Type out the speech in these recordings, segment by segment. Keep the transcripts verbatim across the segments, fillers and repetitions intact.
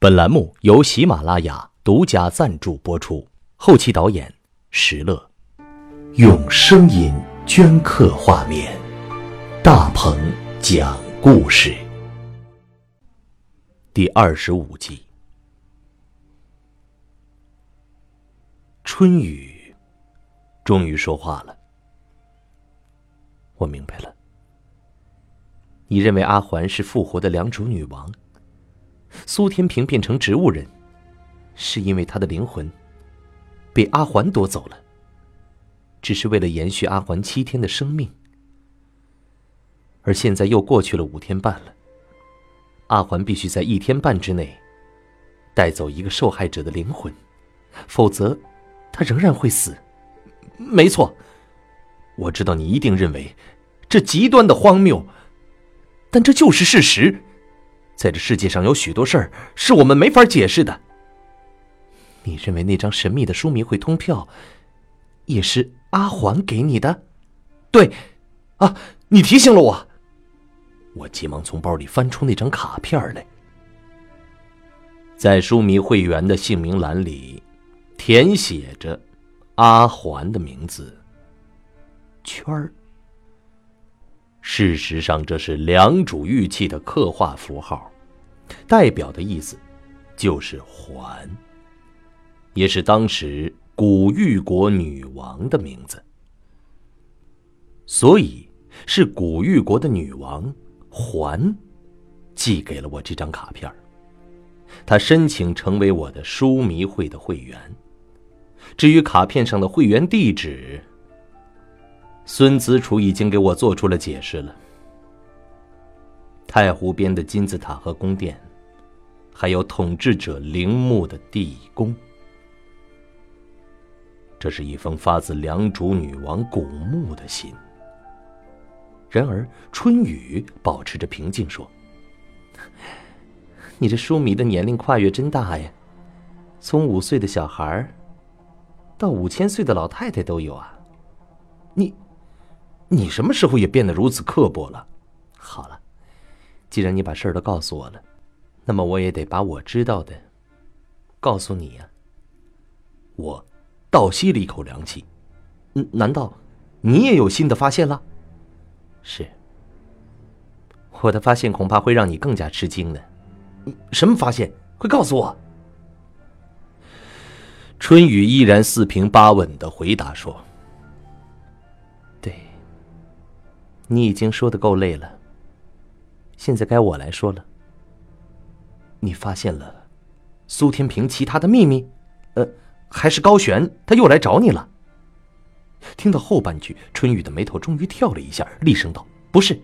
本栏目由喜马拉雅独家赞助播出，后期导演石乐。用声音镌刻画面，大鹏讲故事。第二十五集。春雨终于说话了。我明白了，你认为阿环是复活的良渚女王，苏天平变成植物人，是因为他的灵魂被阿环夺走了，只是为了延续阿环七天的生命。而现在又过去了五天半了，阿环必须在一天半之内带走一个受害者的灵魂，否则他仍然会死。没错，我知道你一定认为这极端的荒谬，但这就是事实。在这世界上有许多事儿是我们没法解释的。你认为那张神秘的书迷会通票也是阿环给你的？对啊，你提醒了我。我急忙从包里翻出那张卡片来，在书迷会员的姓名栏里填写着阿环的名字，圈儿。事实上，这是良渚玉器的刻画符号，代表的意思就是环，也是当时古玉国女王的名字。所以是古玉国的女王环寄给了我这张卡片，她申请成为我的书迷会的会员。至于卡片上的会员地址，孙子楚已经给我做出了解释了。太湖边的金字塔和宫殿，还有统治者陵墓的地宫。这是一封发自良渚女王古墓的信。然而春雨保持着平静说，你这书迷的年龄跨越真大呀，从五岁的小孩到五千岁的老太太都有啊。你你什么时候也变得如此刻薄了？好了，既然你把事儿都告诉我了，那么我也得把我知道的告诉你呀。我倒吸了一口凉气，嗯，难道你也有新的发现了？是，我的发现恐怕会让你更加吃惊的。什么发现？快告诉我！春雨依然四平八稳地回答说，对，你已经说得够累了，现在该我来说了。你发现了苏天平其他的秘密？呃，还是高璇他又来找你了？听到后半句，春雨的眉头终于跳了一下，厉声道，不是，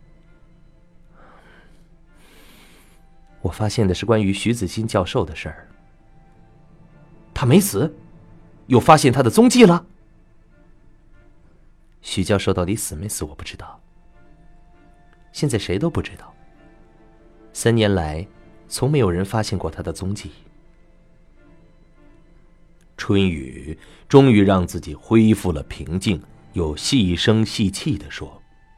我发现的是关于徐子欣教授的事儿。他没死？有发现他的踪迹了？徐教授到底死没死我不知道，现在谁都不知道。三年来从没有人发现过他的踪迹。春雨终于让自己恢复了平静，又细声细气地说，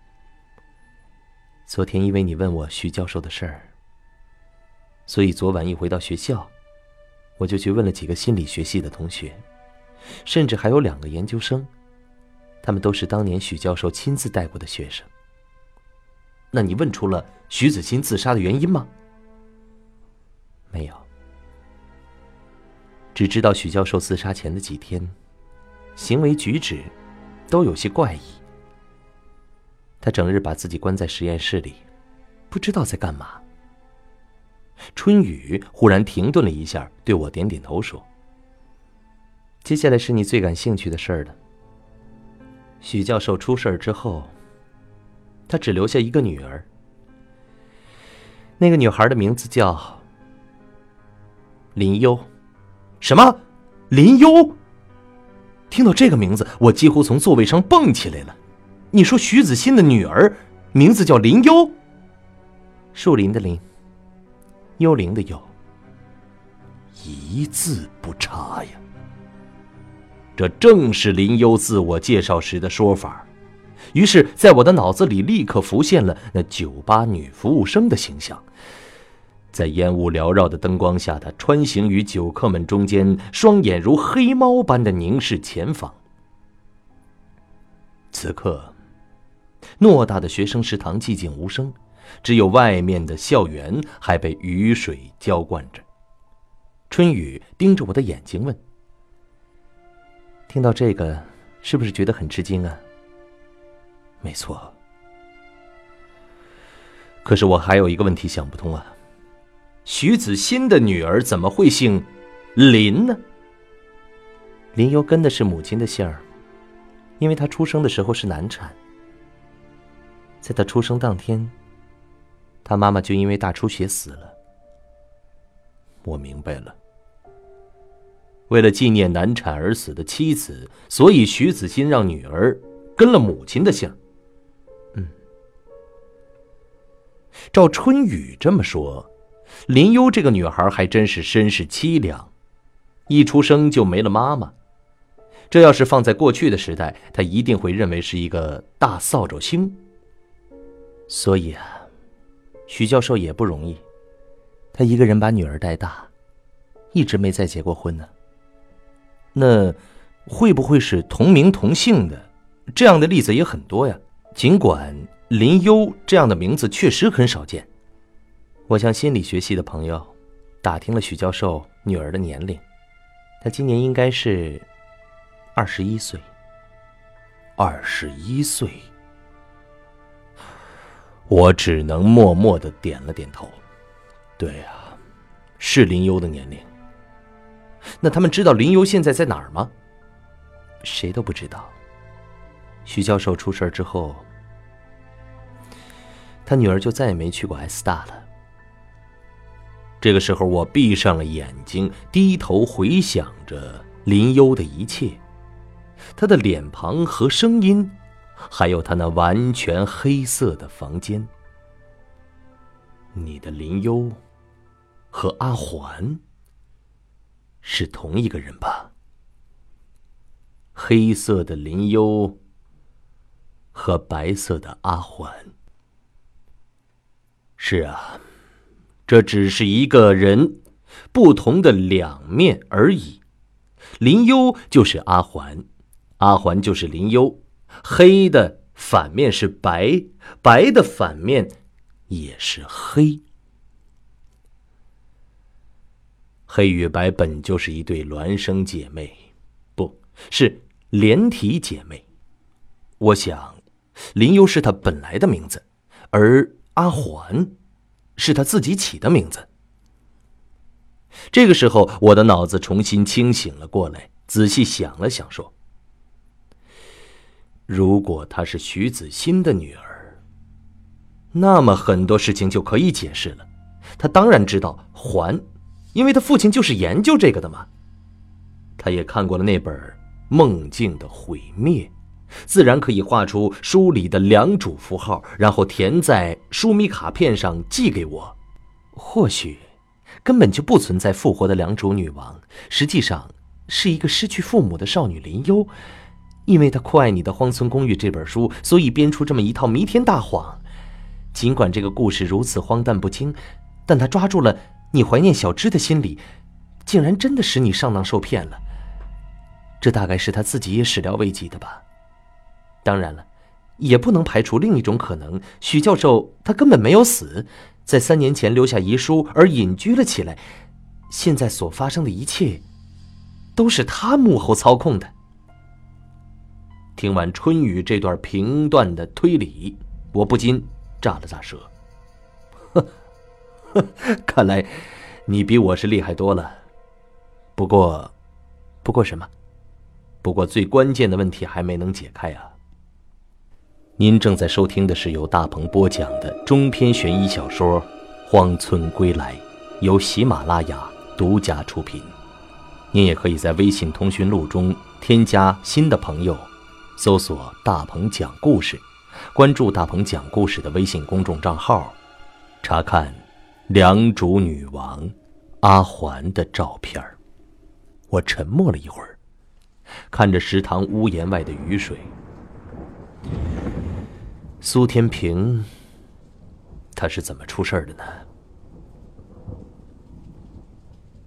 昨天因为你问我徐教授的事儿，所以昨晚一回到学校，我就去问了几个心理学系的同学，甚至还有两个研究生，他们都是当年许教授亲自带过的学生。那你问出了徐子欣自杀的原因吗？没有，只知道许教授自杀前的几天，行为举止都有些怪异。他整日把自己关在实验室里，不知道在干嘛。春雨忽然停顿了一下，对我点点头说，接下来是你最感兴趣的事儿了。许教授出事之后，他只留下一个女儿，那个女孩的名字叫林幽。什么？林幽？听到这个名字，我几乎从座位上蹦起来了。你说徐子欣的女儿名字叫林幽？树林的林，幽灵的幽，一字不差呀。这正是林幽自我介绍时的说法。于是在我的脑子里立刻浮现了那酒吧女服务生的形象。 在烟雾缭绕的灯光下，他穿行于酒客们中间，双眼如黑猫般的凝视前方。此刻，偌大的学生食堂寂静无声，只有外面的校园还被雨水浇灌着。春雨盯着我的眼睛问：“听到这个，是不是觉得很吃惊啊？”“没错。”“可是我还有一个问题想不通啊，徐子欣的女儿怎么会姓林呢？”“林由跟的是母亲的姓儿，因为她出生的时候是难产，在她出生当天，她妈妈就因为大出血死了。”“我明白了。为了纪念难产而死的妻子，所以徐子欣让女儿跟了母亲的姓。”“嗯。”照春雨这么说，林优这个女孩还真是身世凄凉，一出生就没了妈妈。这要是放在过去的时代，她一定会认为是一个大扫帚星。所以啊，徐教授也不容易，他一个人把女儿带大，一直没再结过婚呢。那会不会是同名同姓的？这样的例子也很多呀。尽管林优这样的名字确实很少见。我向心理学系的朋友打听了许教授女儿的年龄，她今年应该是二十一岁。二十一岁，我只能默默地点了点头。对啊，是林优的年龄。那他们知道林优现在在哪儿吗？谁都不知道。徐教授出事之后，他女儿就再也没去过 S 大了。这个时候我闭上了眼睛，低头回想着林优的一切，他的脸庞和声音，还有他那完全黑色的房间。你的林优和阿环是同一个人吧？黑色的林优和白色的阿环。是啊，这只是一个人不同的两面而已。林优就是阿环，阿环就是林优，黑的反面是白，白的反面也是黑。黑与白本就是一对孪生姐妹，不是连体姐妹。我想林优是她本来的名字，而阿环是她自己起的名字。这个时候我的脑子重新清醒了过来，仔细想了想说，如果她是徐子欣的女儿，那么很多事情就可以解释了。她当然知道环，因为他父亲就是研究这个的嘛。他也看过了那本《梦境的毁灭》，自然可以画出书里的良主符号，然后填在书迷卡片上寄给我。或许根本就不存在复活的良主女王，实际上是一个失去父母的少女林优，因为她酷爱你的《荒村公寓》这本书，所以编出这么一套弥天大谎。尽管这个故事如此荒诞不经，但她抓住了你怀念小芝的心理，竟然真的使你上当受骗了。这大概是他自己也始料未及的吧。当然了，也不能排除另一种可能，许教授他根本没有死，在三年前留下遗书而隐居了起来，现在所发生的一切都是他幕后操控的。听完春雨这段评断的推理，我不禁咂了咂舌。看来你比我是厉害多了。不过不过什么？不过最关键的问题还没能解开啊。您正在收听的是由大鹏播讲的中篇悬疑小说《荒村归来》，由喜马拉雅独家出品。您也可以在微信通讯录中添加新的朋友，搜索大鹏讲故事，关注大鹏讲故事的微信公众账号，查看良主女王阿环的照片。我沉默了一会儿，看着食堂屋檐外的雨水。苏天平他是怎么出事的呢？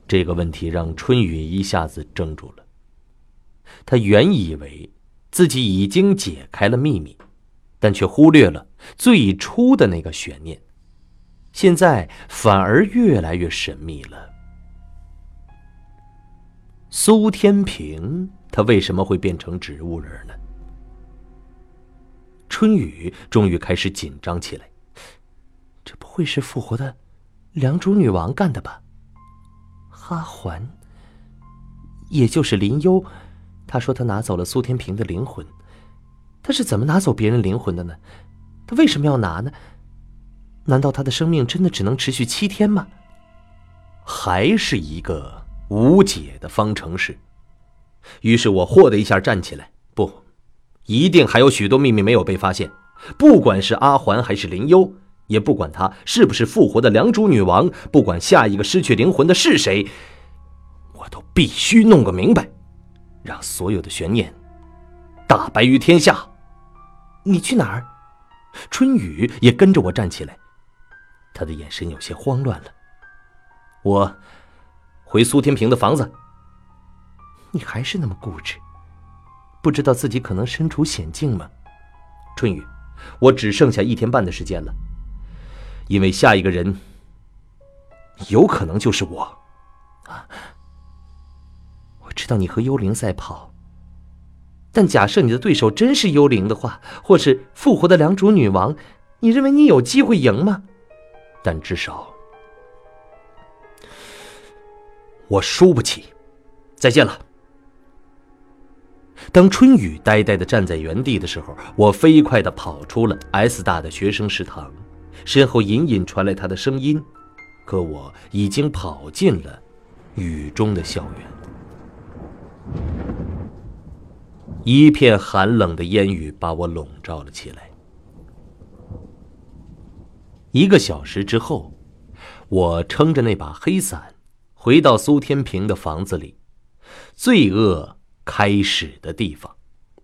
这个问题让春雨一下子怔住了。他原以为自己已经解开了秘密，但却忽略了最初的那个悬念，现在反而越来越神秘了。苏天平，他为什么会变成植物人呢？春雨终于开始紧张起来，这不会是复活的良渚女王干的吧？阿环，也就是林幽，他说他拿走了苏天平的灵魂，他是怎么拿走别人灵魂的呢？他为什么要拿呢？难道他的生命真的只能持续七天吗？还是一个无解的方程式。于是我霍的一下站起来，不，一定还有许多秘密没有被发现，不管是阿环还是林幽，也不管她是不是复活的良渚女王，不管下一个失去灵魂的是谁，我都必须弄个明白，让所有的悬念大白于天下。你去哪儿？春雨也跟着我站起来，他的眼神有些慌乱了。我回苏天平的房子。你还是那么固执，不知道自己可能身处险境吗？春雨，我只剩下一天半的时间了，因为下一个人有可能就是我。啊，我知道你和幽灵赛跑，但假设你的对手真是幽灵的话，或是复活的良渚女王，你认为你有机会赢吗？但至少我输不起。再见了。当春雨呆呆地站在原地的时候，我飞快地跑出了 S 大的学生食堂，身后隐隐传来他的声音，可我已经跑进了雨中的校园。一片寒冷的烟雨把我笼罩了起来。一个小时之后，我撑着那把黑伞回到苏天平的房子里，罪恶开始的地方。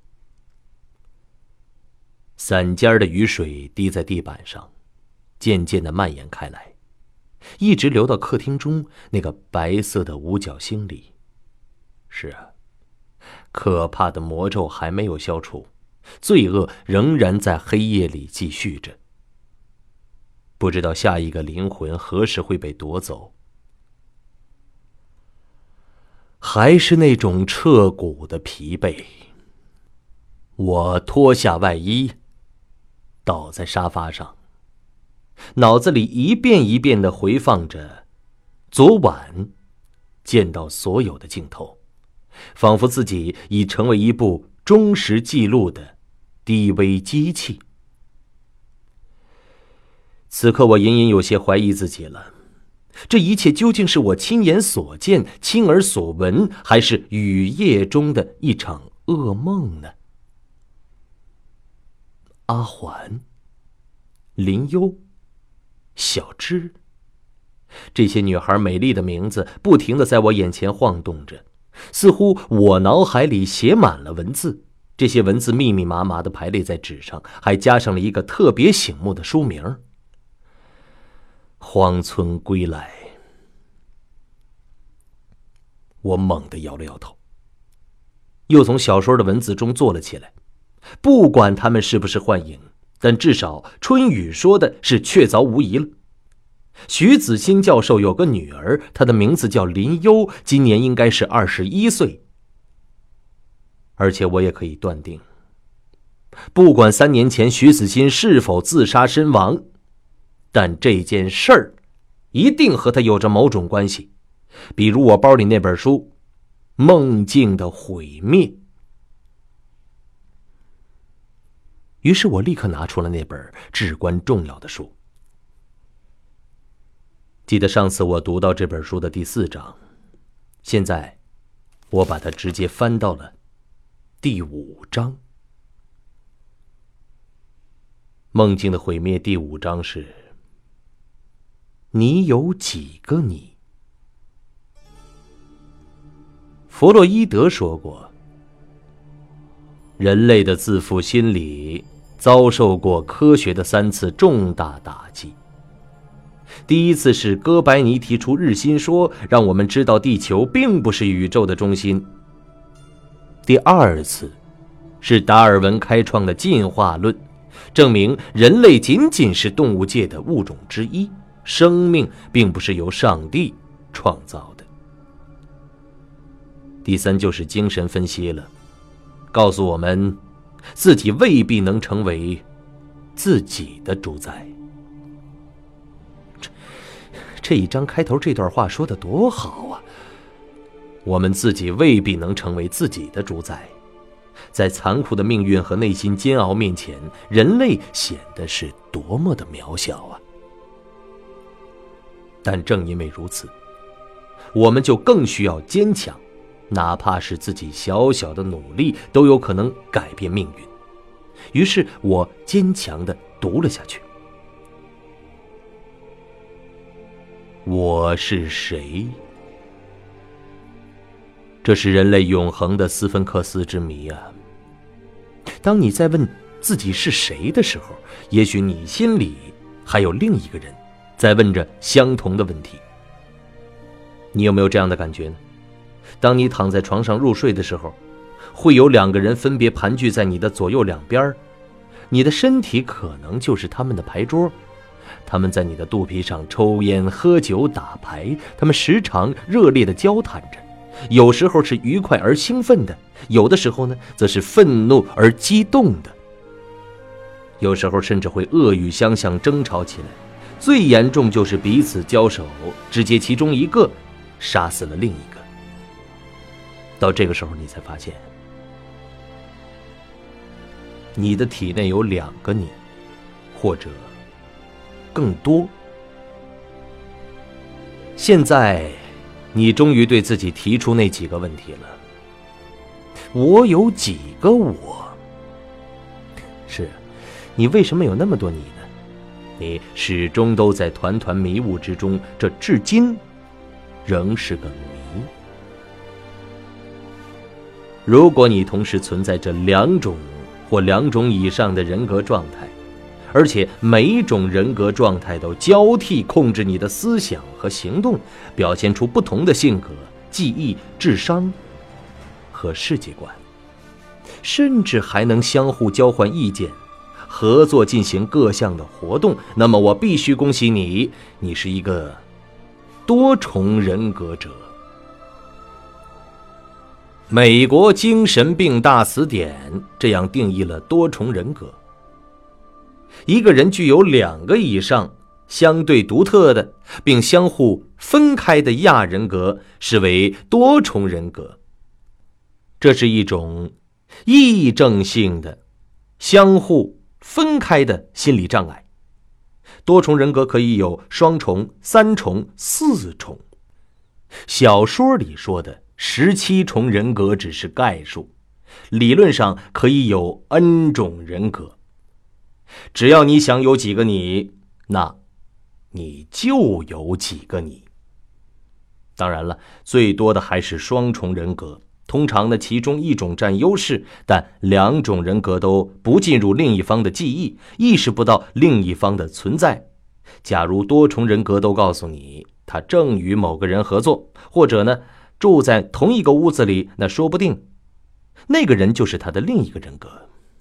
伞尖的雨水滴在地板上，渐渐地蔓延开来，一直流到客厅中那个白色的五角星里。是啊，可怕的魔咒还没有消除，罪恶仍然在黑夜里继续着。不知道下一个灵魂何时会被夺走。还是那种彻骨的疲惫。我脱下外衣，倒在沙发上，脑子里一遍一遍地回放着昨晚见到所有的镜头，仿佛自己已成为一部忠实记录的低微机器。此刻我隐隐有些怀疑自己了，这一切究竟是我亲眼所见、亲耳所闻，还是雨夜中的一场噩梦呢？阿环、林幽、小芝，这些女孩美丽的名字不停地在我眼前晃动着，似乎我脑海里写满了文字。这些文字密密麻麻地排列在纸上，还加上了一个特别醒目的书名：荒村归来。我猛地摇了摇头，又从小说的文字中坐了起来。不管他们是不是幻影，但至少春雨说的是确凿无疑了。徐子欣教授有个女儿，她的名字叫林幽，今年应该是二十一岁。而且我也可以断定，不管三年前徐子欣是否自杀身亡，但这件事儿一定和他有着某种关系，比如我包里那本书《梦境的毁灭》。于是我立刻拿出了那本至关重要的书。记得上次我读到这本书的第四章，现在我把它直接翻到了第五章。梦境的毁灭第五章是：你有几个你？弗洛伊德说过，人类的自负心理遭受过科学的三次重大打击。 第一次是哥白尼提出日心说，让我们知道地球并不是宇宙的中心。第二次是达尔文开创的进化论，证明人类仅仅是动物界的物种之一，生命并不是由上帝创造的。第三就是精神分析了，告诉我们自己未必能成为自己的主宰。这这一章开头这段话说得多好啊！我们自己未必能成为自己的主宰，在残酷的命运和内心煎熬面前，人类显得是多么的渺小啊！但正因为如此，我们就更需要坚强，哪怕是自己小小的努力都有可能改变命运。于是我坚强地读了下去。我是谁？这是人类永恒的斯芬克斯之谜啊！当你在问自己是谁的时候，也许你心里还有另一个人在问着相同的问题。你有没有这样的感觉呢？当你躺在床上入睡的时候，会有两个人分别盘踞在你的左右两边，你的身体可能就是他们的牌桌，他们在你的肚皮上抽烟喝酒打牌，他们时常热烈地交谈着，有时候是愉快而兴奋的，有的时候呢则是愤怒而激动的，有时候甚至会恶语相向争吵起来，最严重就是彼此交手，直接其中一个杀死了另一个。到这个时候你才发现，你的体内有两个你，或者更多。现在你终于对自己提出那几个问题了。我有几个我？是，你为什么有那么多你呢？你始终都在团团迷雾之中，这至今仍是个谜。如果你同时存在着两种或两种以上的人格状态，而且每一种人格状态都交替控制你的思想和行动，表现出不同的性格、记忆、智商和世界观，甚至还能相互交换意见，合作进行各项的活动，那么我必须恭喜你，你是一个多重人格者。美国精神病大词典这样定义了多重人格：一个人具有两个以上相对独特的并相互分开的亚人格，视为多重人格。这是一种癔症性的相互分开的心理障碍。多重人格可以有双重、三重、四重。小说里说的十七重人格只是概述，理论上可以有 N 种人格。只要你想有几个你，那你就有几个你。当然了，最多的还是双重人格，通常呢其中一种占优势，但两种人格都不进入另一方的记忆，意识不到另一方的存在。假如多重人格都告诉你他正与某个人合作，或者呢住在同一个屋子里，那说不定那个人就是他的另一个人格。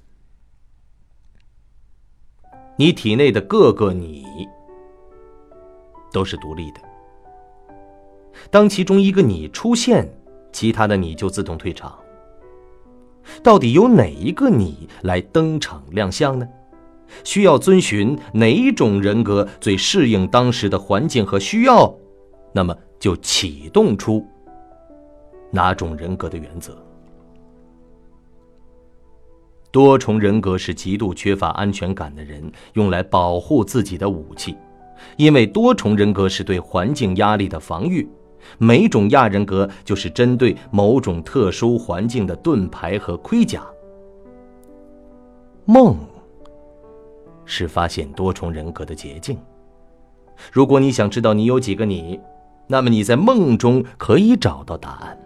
你体内的各个你都是独立的，当其中一个你出现，其他的你就自动退场。到底由哪一个你来登场亮相呢？需要遵循哪一种人格最适应当时的环境和需要，那么就启动出哪种人格的原则。多重人格是极度缺乏安全感的人用来保护自己的武器，因为多重人格是对环境压力的防御，每种亚人格就是针对某种特殊环境的盾牌和盔甲。梦是发现多重人格的捷径。如果你想知道你有几个你，那么你在梦中可以找到答案。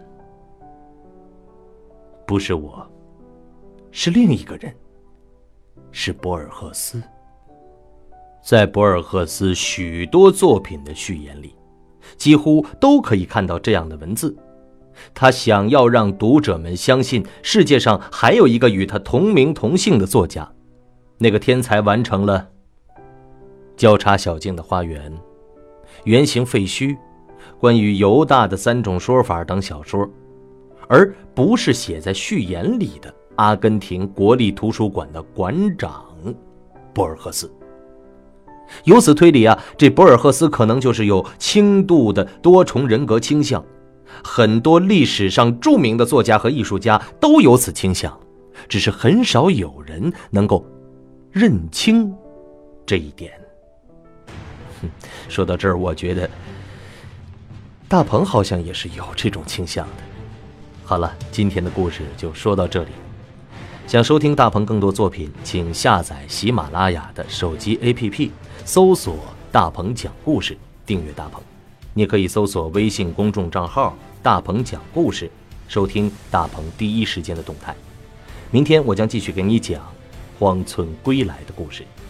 不是我，是另一个人，是博尔赫斯。 在博尔赫斯许多作品的序言里，几乎都可以看到这样的文字。他想要让读者们相信世界上还有一个与他同名同姓的作家，那个天才完成了《交叉小径的花园》、《圆形废墟》、关于犹大的三种说法等小说，而不是写在序言里的阿根廷国立图书馆的馆长博尔赫斯。由此推理啊，这博尔赫斯可能就是有轻度的多重人格倾向，很多历史上著名的作家和艺术家都有此倾向，只是很少有人能够认清这一点。说到这儿，我觉得大鹏好像也是有这种倾向的。好了，今天的故事就说到这里。想收听大鹏更多作品，请下载喜马拉雅的手机 A P P， 搜索大鹏讲故事，订阅大鹏。你可以搜索微信公众账号大鹏讲故事，收听大鹏第一时间的动态。明天我将继续给你讲荒村归来的故事。